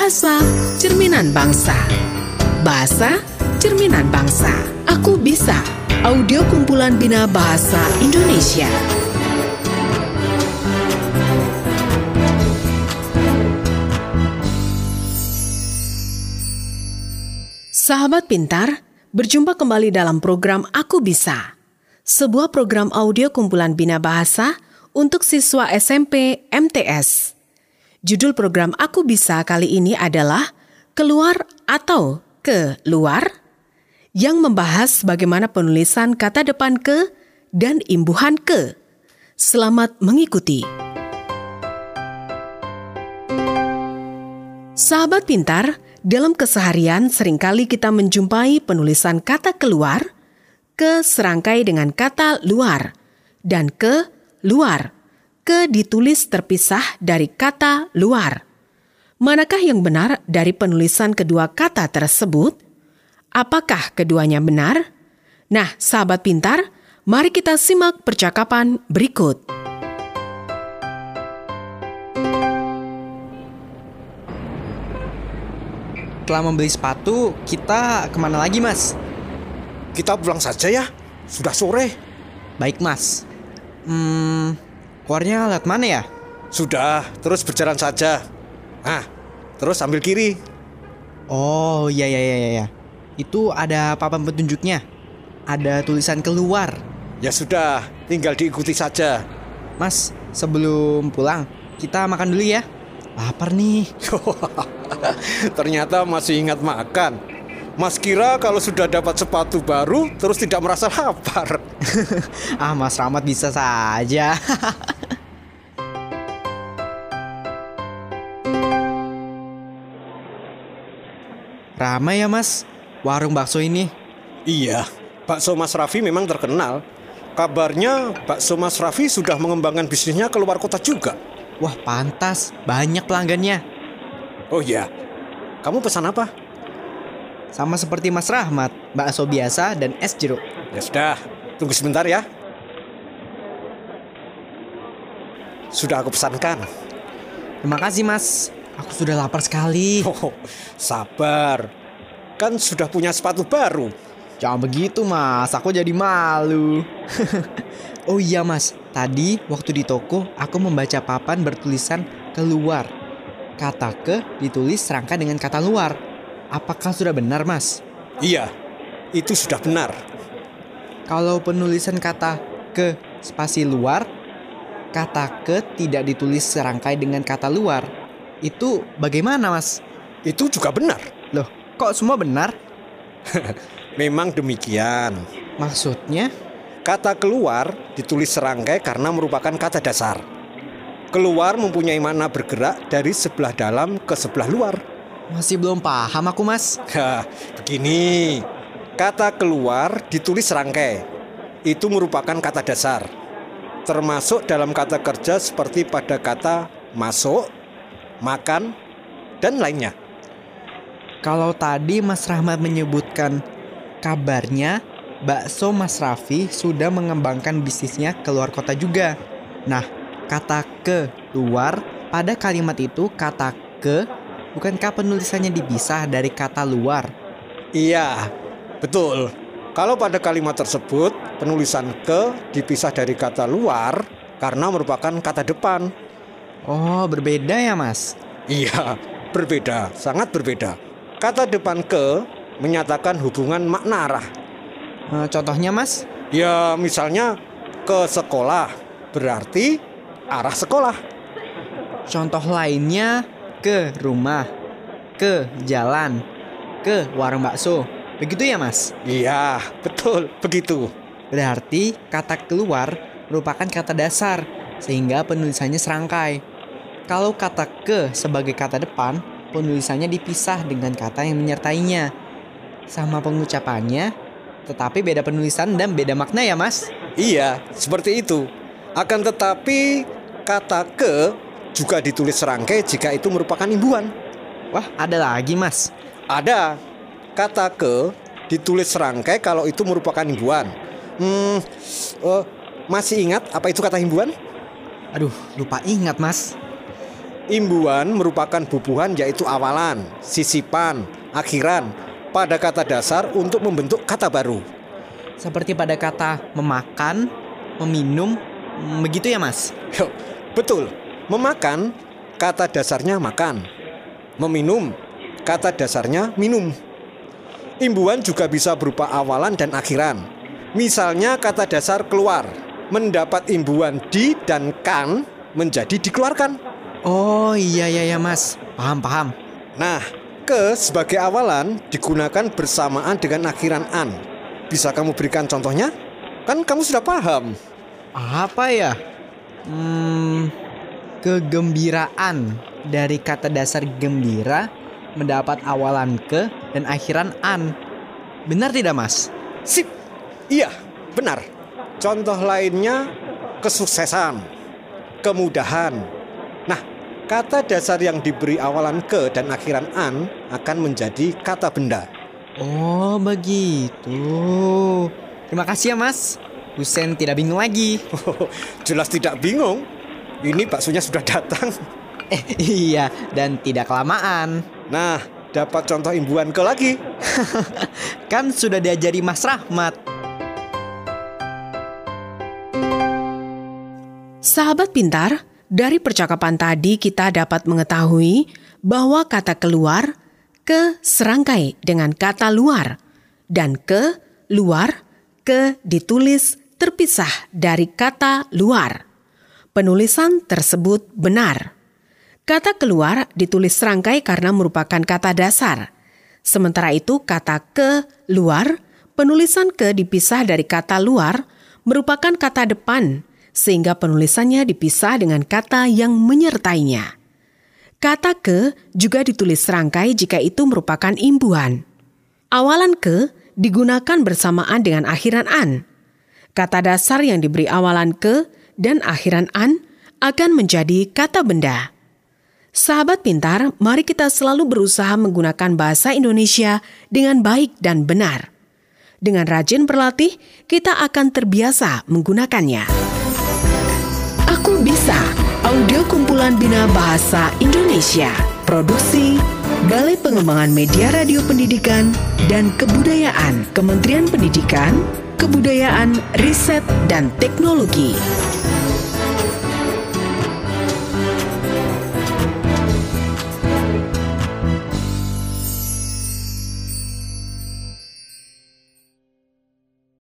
Bahasa Cerminan Bangsa. Bahasa Cerminan Bangsa. Aku Bisa. Audio kumpulan Bina Bahasa Indonesia. Sahabat pintar, berjumpa kembali dalam program Aku Bisa. Sebuah program audio kumpulan Bina Bahasa untuk siswa SMP MTS. Judul program Aku Bisa kali ini adalah Keluar atau Ke Luar, yang membahas bagaimana penulisan kata depan ke dan imbuhan ke. Selamat mengikuti. Sahabat pintar, dalam keseharian seringkali kita menjumpai penulisan kata keluar, ke serangkai dengan kata luar, dan ke luar. Ke ditulis terpisah dari kata luar. Manakah yang benar dari penulisan kedua kata tersebut? Apakah keduanya benar? Nah, sahabat pintar, mari kita simak percakapan berikut. Setelah membeli sepatu, kita kemana lagi, Mas? Kita pulang saja ya, sudah sore. Baik, Mas. Keluarnya lewat mana ya? Sudah, terus berjalan saja. Terus ambil kiri. Oh, iya. Itu ada papan petunjuknya. Ada tulisan keluar. Ya sudah, tinggal diikuti saja. Mas, sebelum pulang, kita makan dulu ya. Lapar nih. Ternyata masih ingat makan. Mas kira kalau sudah dapat sepatu baru terus tidak merasa lapar. Mas Rahmat bisa saja. Ramai ya, Mas, warung bakso ini. Iya, bakso Mas Raffi memang terkenal. Kabarnya bakso Mas Raffi sudah mengembangkan bisnisnya ke luar kota juga. Wah, pantas, banyak pelanggannya. Oh iya, kamu pesan apa? Sama seperti Mas Rahmat, bakso biasa dan es jeruk. Ya sudah, tunggu sebentar ya. Sudah aku pesankan. Terima kasih, Mas. Aku sudah lapar sekali. Sabar. Kan sudah punya sepatu baru. Jangan begitu, Mas. Aku jadi malu. Oh iya, Mas. Tadi waktu di toko, aku membaca papan bertulisan keluar. Kata ke ditulis serangkai dengan kata luar. Apakah sudah benar, Mas? Iya, itu sudah benar. Kalau penulisan kata ke spasi luar, kata ke tidak ditulis serangkai dengan kata luar, itu bagaimana, Mas? Itu juga benar. Loh, kok semua benar? Memang demikian. Maksudnya? Kata keluar ditulis serangkai karena merupakan kata dasar. Keluar mempunyai makna bergerak dari sebelah dalam ke sebelah luar. Masih belum paham aku, Mas. Begini. Kata keluar ditulis serangkai. Itu merupakan kata dasar. Termasuk dalam kata kerja seperti pada kata masuk, makan, dan lainnya. Kalau tadi Mas Rahmat menyebutkan kabarnya bakso Mas Raffi sudah mengembangkan bisnisnya ke luar kota juga. Nah, kata ke luar pada kalimat itu kata ke, bukankah penulisannya dipisah dari kata luar? Iya, betul. Kalau pada kalimat tersebut penulisan ke dipisah dari kata luar karena merupakan kata depan. Oh, berbeda ya, Mas? Iya, berbeda, sangat berbeda. Kata depan ke menyatakan hubungan makna arah. Contohnya, Mas? Ya, misalnya ke sekolah, berarti arah sekolah. Contoh lainnya ke rumah, ke jalan, ke warung bakso. Begitu ya, Mas? Iya, betul, begitu. Berarti kata keluar merupakan kata dasar, sehingga penulisannya serangkai. Kalau kata ke sebagai kata depan, penulisannya dipisah dengan kata yang menyertainya. Sama pengucapannya, tetapi beda penulisan dan beda makna ya, Mas? Iya, seperti itu. Akan tetapi kata ke juga ditulis serangkai jika itu merupakan imbuhan. Wah, ada lagi, Mas? Ada. Kata ke ditulis serangkai kalau itu merupakan imbuhan. Masih ingat apa itu kata imbuhan? Aduh, lupa ingat, Mas. Imbuhan merupakan bubuhan yaitu awalan, sisipan, akhiran pada kata dasar untuk membentuk kata baru. Seperti pada kata memakan, meminum, begitu ya Mas? Yo, betul, memakan kata dasarnya makan, meminum kata dasarnya minum. Imbuhan juga bisa berupa awalan dan akhiran. Misalnya kata dasar keluar, mendapat imbuhan di dan kan menjadi dikeluarkan. Oh iya Mas, paham. Nah, ke sebagai awalan digunakan bersamaan dengan akhiran an. Bisa kamu berikan contohnya? Kan kamu sudah paham. Apa ya? Kegembiraan. Dari kata dasar gembira mendapat awalan ke dan akhiran an. Benar tidak Mas? Sip, iya, benar. Contoh lainnya kesuksesan, kemudahan. Nah, kata dasar yang diberi awalan ke dan akhiran an akan menjadi kata benda. Oh begitu. Terima kasih ya Mas. Husen tidak bingung lagi. Jelas tidak bingung. Ini baksonya sudah datang. Iya, dan tidak kelamaan. Nah, dapat contoh imbuhan ke lagi. Kan sudah diajari Mas Rahmat. Sahabat pintar, dari percakapan tadi kita dapat mengetahui bahwa kata keluar, ke serangkai dengan kata luar, dan ke luar, ke ditulis terpisah dari kata luar. Penulisan tersebut benar. Kata keluar ditulis serangkai karena merupakan kata dasar. Sementara itu kata ke luar, penulisan ke dipisah dari kata luar, merupakan kata depan, sehingga penulisannya dipisah dengan kata yang menyertainya. Kata ke juga ditulis serangkai jika itu merupakan imbuhan. Awalan ke digunakan bersamaan dengan akhiran an. Kata dasar yang diberi awalan ke dan akhiran an akan menjadi kata benda. Sahabat pintar, mari kita selalu berusaha menggunakan bahasa Indonesia dengan baik dan benar. Dengan rajin berlatih, kita akan terbiasa menggunakannya. Aku Bisa, audio kumpulan Bina Bahasa Indonesia. Produksi Balai Pengembangan Media Radio Pendidikan dan Kebudayaan, Kementerian Pendidikan, Kebudayaan, Riset, dan Teknologi.